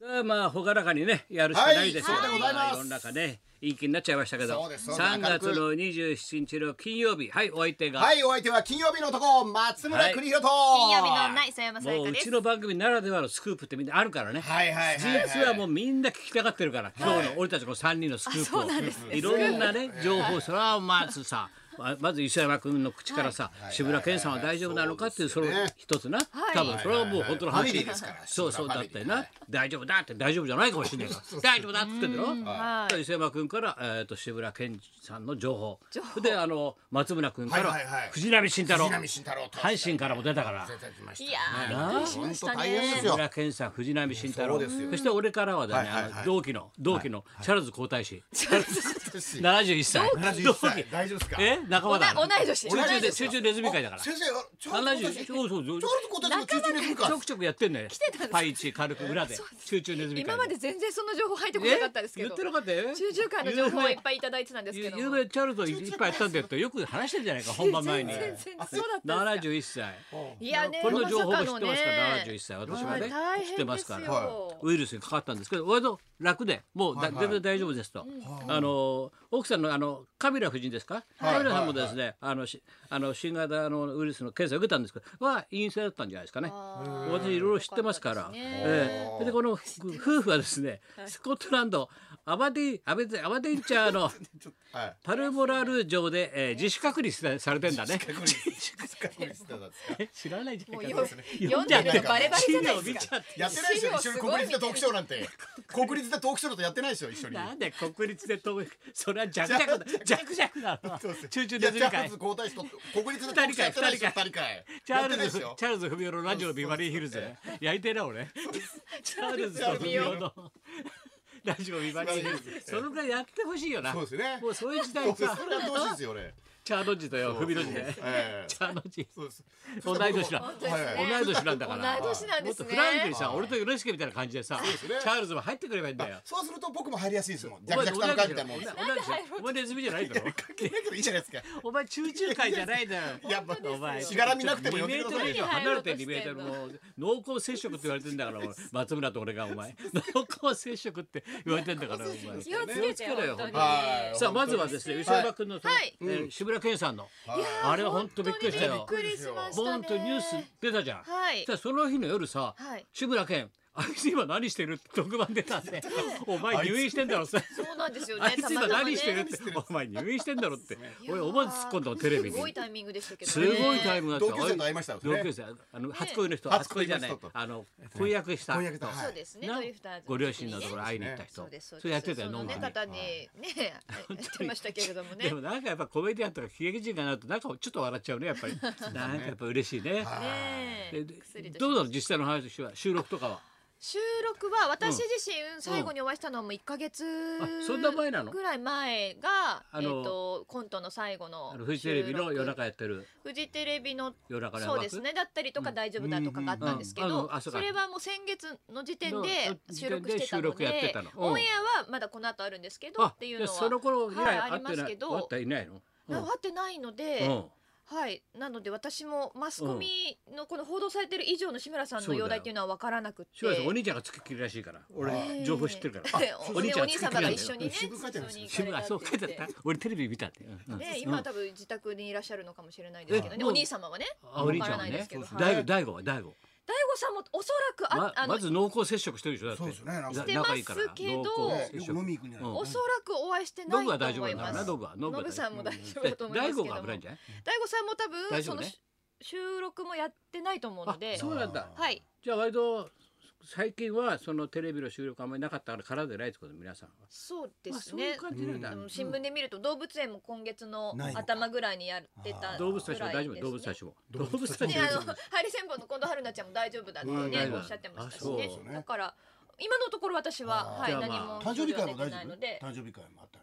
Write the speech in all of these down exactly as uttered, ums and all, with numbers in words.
まあ朗らかにねやるしかないですよ。 はいそうでございます。 世の中ねいい気になっちゃいましたけどそうですそうですさんがつのにじゅうしちにちの金曜日、はい、お相手が、 はいお相手は金曜日の男松村邦弘と、 金曜日の女磯山さやもううかです。 ちの番組ならではのスクープってみんなあるからね。 はいはいはいはい実はもうみんな聞きたがってるから今日の俺たちのさんにんのスクープを、 あそうなんですねいろんなね情報、それはまずさままず磯山君の口からさ、志村けんさんは大丈夫なのかっていうその一つな、多分それはもう本当のファミ話リーですからそうそうだってな志村ファミリーはい大丈夫だって大丈夫じゃないかもしれないから大丈夫だって言ってんだろ。 はい磯山君からえーと志村けんさんの情報情報であの松村君からはいはいはい藤波慎太郎藤波慎太郎と阪神からも出たから出てきましたいやーなあびっくりしました本当大変でねす。よ志村けんさん藤波慎太郎そうですよそして俺からはだねはいはいはいあの同期の同期のチャールズ皇太子私ななじゅういっさいななじゅういっさい大丈夫ですか。 え仲間だ同い同い年中中で同い年ですか中中ネズミ会だから先生チャールななじゅうズ皇太子そうそうそうチャールズ皇太子のチューチューネズミかちょくちょくやってんねてたんですパイチ軽く裏でチューチューネズミ会今まで全然その情報入ってこなかったですけど言ってなかったよ中中間の情報はいっぱいいただいてたんですけども有名チャールズいっぱいやったんだよってよく話してるじゃないか本番前に全然全然そうだったんですかななじゅういっさいいやねこれの情報も知ってますからまさかのねななじゅういっさい私はね大変知ってますからですよウイルスにかかったんですけど割と楽でもうだはいはい全然大丈夫ですとあの奥さんのあのカミラ夫人ですかカミラさんもですねあのしあの新型のウイルスの検査を受けたんですけどは陰性だったんじゃないですかねあー私いろいろ知ってますからよかったですねええでこの夫婦はですねスコットランドアバディアベアバデンチャーのはいパルモラル城で、えー、自主隔離さされてんだね。 確認確認してたんですか。 え知らないじゃもうないか。 よ読んでるのバレバレじゃないですか。 やってないですよ一緒に資料すごい国立でトークショーなんて国立でトークショーだとやってないですよ一緒に。 なんで国立でとそれは弱々だ弱々なの。 そうですチューチューいやチャールネズミ会ズ皇太子と国立でトークショーやってないですよ二人会チャーやってないルズですよチャールズ文雄のラジオのビバリーヒルズでやりてえな俺。チャールズと文雄のラジオビバリーヒルズそのくらいやってほしいよな。 そうですねもうそういう時代そうですさそれやってほしいですよ俺。 チャードジとよ文の字でええチャードジそうです同い年だ本当ですねはい同い年なんだから。 同い年なんですねもっとフランクにさ俺とヨネスケみたいな感じでさチすねャールズも入ってくればいいんだよ。 そうすると僕も入りやすいですもん。 お前弱々たの会みたいなもんです。 同い年お前ネズミじゃないだろ。 関係ないけどいいじゃないですか。 お前チューチュー会じゃないだよ。 いやまお前しがらみなくても呼んでにメくださいよートル以上離れてにメートルもう濃厚接触って言われてんだからお前松村と俺がお前濃厚接触って言われてんだからお前気をつけてろよ本当にはいさあまずはですね吉山君のそのはいえー志村けんさんのいやーあれは本当びっくりしたよ本当にびっくりしましたボねーンとニュース出たじゃんはいさあその日の夜さはい志村けんあいつ今何してるって特番出たんでお前入院してんだろさそうなんですよねあいつ今たまたまね何してるってお前入院してんだろって俺思わず突っ込んだもんテレビにすごいタイミングでしたけどすねごいタイムだった同級生と会いましたよね同級生あの初恋の人初初恋じゃない恋の人とあの婚約した婚約とそうですねなドリフターズご両親のところ会いに行った人そうですそうですそれやってたよそのね飲んだ方にねやってましたけれどもねでもなんかやっぱコメディアンとか喜劇人がなるとなんかちょっと笑っちゃうねやっぱりなんかやっぱ嬉しいねねえで薬とどうなの実際の話は収録とかは収録は私自身最後にお会いしたのはもういっかげつあそんな前なのぐらい前があのえっとコントの最後のあのフジテレビの夜中やってるフジテレビの夜中のそうですねだったりとか大丈夫だとかがあったんですけうんうんうんどあそうかそれはもう先月の時点ので収録してたの収録やってでたのうんオンエアはまだこの後あるんですけどあっていうのはじゃあその頃以来はいあり会ってない会ますけどっていないのうん終わってないのうでんはいなので私もマスコミのこの報道されてる以上の志村さんの容体っていうのは分からなくてしばらくお兄ちゃんがつきっきりらしいから俺情報知ってるからでおねお兄様が一緒にね新聞書いてあるんですよ志村あそう書いてあった俺テレビ見たってうんうんね今は多分自宅にいらっしゃるのかもしれないですけどねえお兄様はねあお兄ちゃんはねわからないですけどそうですはい大悟大悟は大悟大悟さんもおそらくあまあのまず濃厚接触してるでしょだってそうですねなんかだしてます仲いいからけど濃厚接触よく飲み行くんじゃないうんおそらくお会いしてなノブいとは大丈夫なんだ思いますなノブはノブはノブさんも大丈夫だと思いますけども大悟が危ないんじゃない大悟さんも多分その大丈夫ね収録もやってないと思うのあでそうなんだはいじゃあ割と最近はそのテレビの収録あんまりなかったから空でないってこと皆さんはそうであすねそういう感じなんだうん新聞で見ると動物園も今月のないのか頭ぐらいにやってた動物たちも大丈夫動物たちちも動物たちもねあのハリセンボンの近藤春菜ちゃんも大丈夫だってうんね大丈夫おっしゃってましたしあねそうだから今のところ私ははいじゃあまあ何も誕生日会も出て大丈夫ないので誕生日会もあったら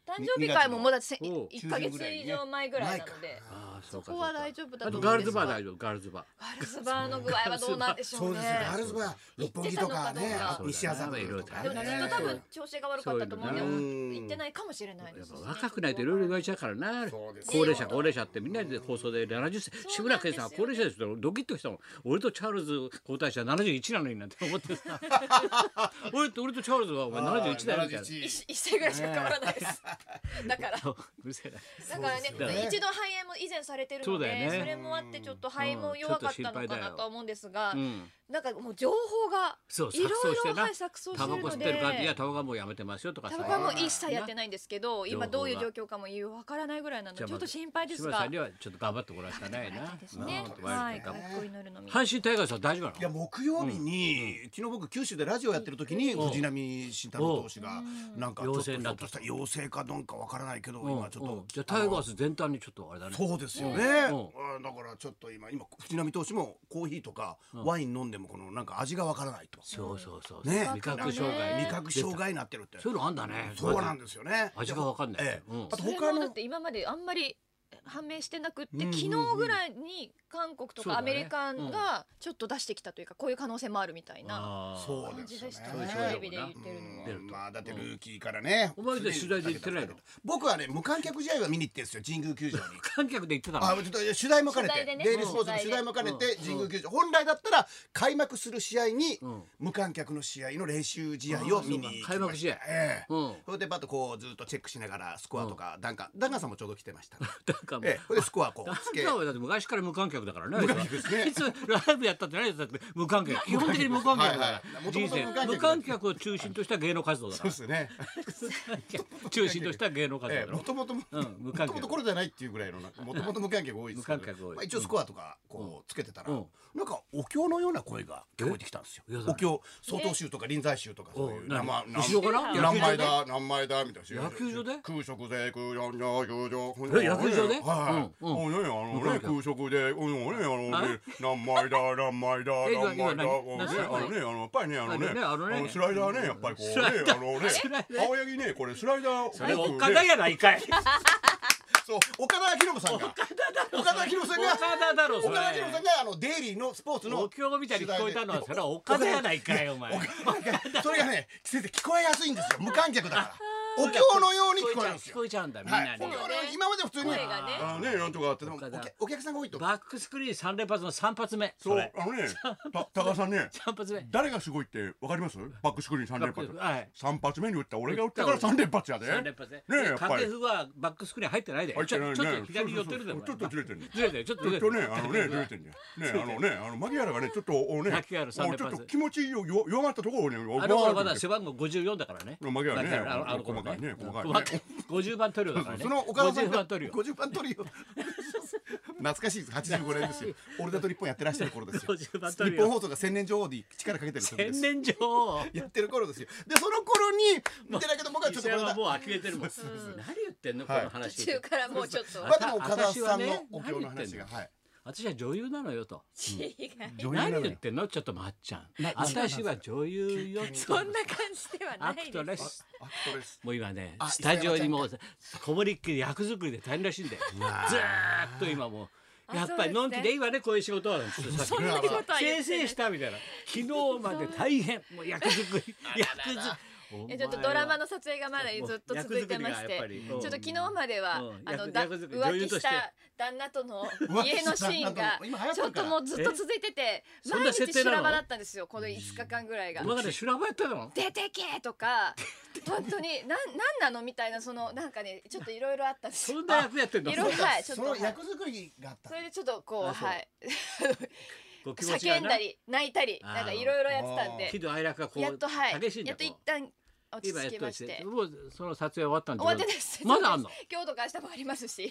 誕生日会ももうだってせおういっかげつ以上前ぐらいなので、 ああそうかそこは大丈夫だあとと思うんですが。 ガールズバー大丈夫ガールズバーガールズバーの具合はどうなんでしょそううですよね。 ガールズバー六本木とかね行ってたのかどうか西麻布とかでもずっと多分調子が悪かったと思うんでそういうのね行ってないかもしれないでやっぱすしね。 若くないといろいろ言われちゃうからなそうです高齢者高齢者ってみんなで放送でななじゅっさい志村けんさんは高齢者ですってドキッとしたもん俺とチャールズ皇太子はななじゅういちなのになんて思ってさ俺と俺とチャールズはお前ななじゅういちだよみたいな一一歳ぐらいしか変わらないです。だからうるせえなだからねそうですよね一度肺炎も以前されてるので、 そうだよねそれもあってちょっと肺も弱かったのかなとは思うんですが、 うんなんかもう情報がそういろい錯綜してなろはい錯綜してタバコるの吸ってるかっていやで。 タバコはもうやめてますよとかさタバコはもう一切やってないんですけど、今どういう情報が状況かも言うわからないぐらいなのでじゃあちょっと心配です志村さが。 んにはちょっと頑張ってもらうしかないなですね。 うんはい、 頑張って回復を祈るのみ。 阪神タイガースは大丈夫なのいや木曜日に、昨日僕九州でラジオやってる時にうん藤浪晋太郎投手がなんかちょっと陽性になったひょっとした陽性かどうかわからないけど、 うん今ちょっと、 うんじゃあタイガース全体にちょっとあれだねそうですよね、 うんうんだからちょっと今今藤浪投手もコーヒーとかワイン飲んでもこのなんか味がわからないと、 そうそうそうね味覚障害味覚障害になってるってそういうのあんだねそうなんですよね味がわかんないええうんあとそれ他のもだって今まであんまり判明してなくって、 うんうんうん昨日ぐらいに韓国とそうだねかアメリカがちょっと出してきたというか、こういう可能性もあるみたいなあーそう感ですよねじでしたね。 そういうテレビで言ってるのは。 出るとまあだってルーキーからね、 お前で取材で行ってないの僕はね無観客試合は見に行ってんですよ神宮球場に観客で行ってたのあちょっと取材も兼ねて、 取材でねデイリースポーツの取材も兼ねて神宮球場、本来だったら開幕する試合に、 うん無観客の試合の練習試合を見に行きました開幕試合ええうんそれでバッとこうずっとチェックしながらスコアとか、ダンカンダンカンさんもちょうど来てました、 だからもうええ、それでスコアこうダつけンカンはだって昔から無観客だからね無観客ですねいつライブやったって何やったって無観客基本的に無観客だからはいはい人生元々無観客無観客を中心とした芸能活動だからそうですね中心とした芸能活動ええ、 だろもともともうん無観客ともとこれじゃないっていうぐらいのもともと無観客多いですけど無観客多いまあ、一応スコアとかこうつけてたら、 うんなんかお経のような声が聞こえてきたんですよえいやお経総統集とか臨済集とかそういうお何生後ろから何野球場で枚だ何枚だみたいな野球場で空食で空四四球場え野球場ではい、 うんうんうん、ねあの無観客ね空食でうんねあのあね何枚だ何枚だえ今何枚だ今何うんねあのねあのやっぱりねあのねあのねあのねあのスライダーねやっぱりこうねスライダーあのねスライダー青柳ねこれスライダーそれフォーク岡田やないかいそう岡田博信さんが岡田博信さんが岡田だろそれ岡田博信さんがあのデイリーのスポーツのお経みたいに聞こえたのはそれは岡田やないかいお前それがね先生聞こえやすいんですよ無観客だからお経のように聞こえるんですよ聞こえちゃうんだみんはないにお経のように今まで普通に声がねあのねなんとかあってでもお岡田客お客さんが多いとバックスクリーンさん連発のさん発目そそうれあのねた高田さんねさん発目誰がすごいってわかりますバックスクリーンさん連発はいさん発目に打った俺が打ったからさん連発やでさん連発ねねやっぱり掛布はバックスクリーン入ってないで入ってないねちょちょっと左に寄ってるでそうそうそうちょっとずれてるねずれてるちょっとちょっとね、あのね、ずずれてんじゃん。ね、あのね、あの牧原がね、ちょっと、おね、 牧原さんもう連発ちょっと気持ちよよ弱まったところをね、 あの頃まバーンってだ背番号ごじゅうよんだからね牧原ねだからあのあの頃細かいね細かいね細かいごじゅうばんトリオだからねその岡田さんごじゅうばがんトリオごじゅうばんトリオ懐かしいですはちじゅうごねんですよ俺だと日本やってらっしゃる頃ですよごじゅうばんトリオ日本放送が千年女王に力かけてる時です千年女王やってる頃ですよでその頃に見てないけど僕はちょっとこれだ西山もう呆れてるもん何言ってんのこはいの話途中からもうちょっとまあでも岡田私はねさんのお経の話がはい私は女優なのよと違い女優なのよ何言ってんのちょっとまっちゃんな私は女優よそんな感じではなアクいですトレスアクトレスもう今ねあスタジオにもうこもりっきり役作りで大変らしいんでずーっと今もうあやっぱりのんきでいいわねこういう仕事はそんなことは言ってない先生したみたいな昨日まで大変もう役作り役作りいやちょっとドラマの撮影がまだずっと続いてましてちょっと昨日まではうんあのだ役役作り浮女優として気した旦那との家のシーンが今流行ってるからちょっともうずっと続いててそんな毎設定なの日修羅場だったんですよこのいつかかんぐらいがお前がね修羅場やったの出てけとか本当になんなんなのみたいなそのなんかねちょっといろいろあったんですよそんな役やってんのいろいろはいちょっそとはいの役作りがあったそれでちょっとこうあそうはいこう気持ちがな叫んだり泣いたりあーなんかいろいろやってたんで喜怒哀楽がこやっとはういやっと一激しいんだこ旦落ちう今やっとい着きましててもうその撮影終わったんだ終わってないですまだあんの今日とか明日もありますし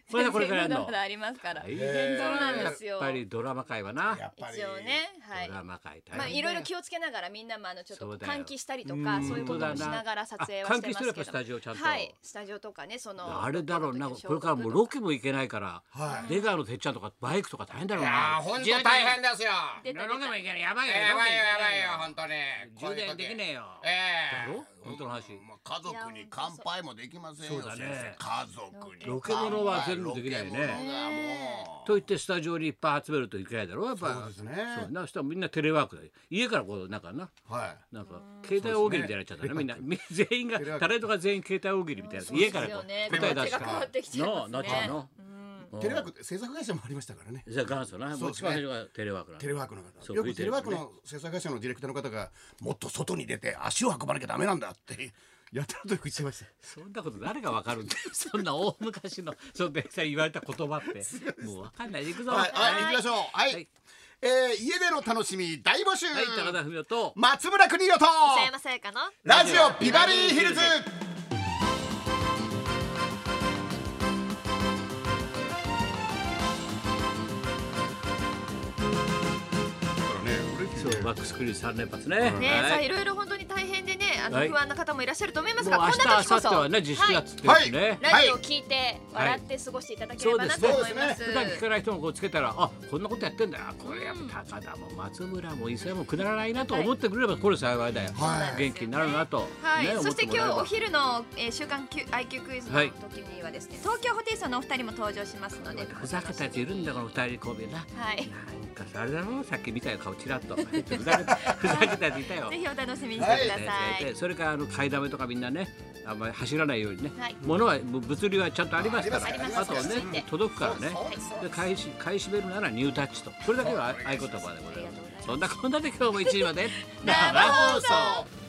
まだこれからやんのまだまだありますから。 大変だそうなな。やっんですよぱりドラマ界はな。 やっぱり一応ね、はいド。ラマ界大変だよ。 まあいろいろ気をつけながらみんなもあのちょっとそうだよ換気したりとかそういうこともしながら撮影はしてますけど。 あ換気してるやっぱスタジオちゃんとはい、スタジオとかねその。 あれだろうな、これからもうロケも行けないから、 はい出川のてっちゃんとかバイクとか大変だろういやな。 ー、ほんと大変ですよ。 出た出たロケも行けない、やばいよ。 やばいよ、やばいよ、 ロほんとに。 ケ充電できねえよ。 ええだろ本当の話。 まあ家族に乾杯もできませんよ。 そうだね家族にロケ物は全部できないねロケ物がもうと言ってスタジオにいっぱい集めるといけないだろうやっぱ。 そうですねそうな、そしたらみんなテレワークで家からこうなんかな。 はいなんか携帯大喜利みたいになっちゃったねみんなみ全員がタレントが全員携帯大喜利みたいな家からこう答え出すか手が変わってきちゃいますね。 ななっちゃうの。 テレワークって制作会社もありましたからね。 じゃあ元祖な。もう一番最初がテレワークなの。 テレワークのそう方よくテレワークフリーの制作会社のディレクターの方がもっと外に出て足を運ばなきゃダメなんだってやたらとよく言ってました。 そんなこと誰がわかるんだよ。そんな大昔のそのディレクターに言われた言葉ってもうわかんない。行くぞ。 はい、はい、行きましょう。はい、 はいえー家での楽しみ大募集。 はい、高田文夫と松村邦洋と磯山さやかの。 ラジオビバリーヒルズ。 そうバックスクリーン三連発ね。 ね、さあはいいろいろ本当に大変でね、あのはい不安な方もいらっしゃると思いますが、 もう明日こんな時こそ明後日はね自粛だっつってるしね。 ラジオを聞いて笑って過ごしていただければなと思います。 普段聞かない人もこうつけたらあこんなことやってんだよ。これやっぱ高田も松村も伊勢もくだらないなと思ってくれればこれ幸いだよ。 はい元気になるなと。 はい、 ねそして今日お思ってもらえば昼の、えー、週刊 アイキュー クイズのはい時にはですね、東京ホテイソンのお二人も登場しますので、 ふざけたやついるんだこの二人コンビな。 はい、 なんかさあれだろさっき見たよ顔ちらっとふざけふざけたやついたよぜ。ひお楽しみにしてください。 でそれからあの買いだめとかみんなねあんまり走らないようにね、 はい物は物流はちゃんとありますからありますあとはねあります届くからねそうで買いし買い占めるならニュータッチとそれだけは合言葉でございます。そんなこんなで今日もいちじまで生放送。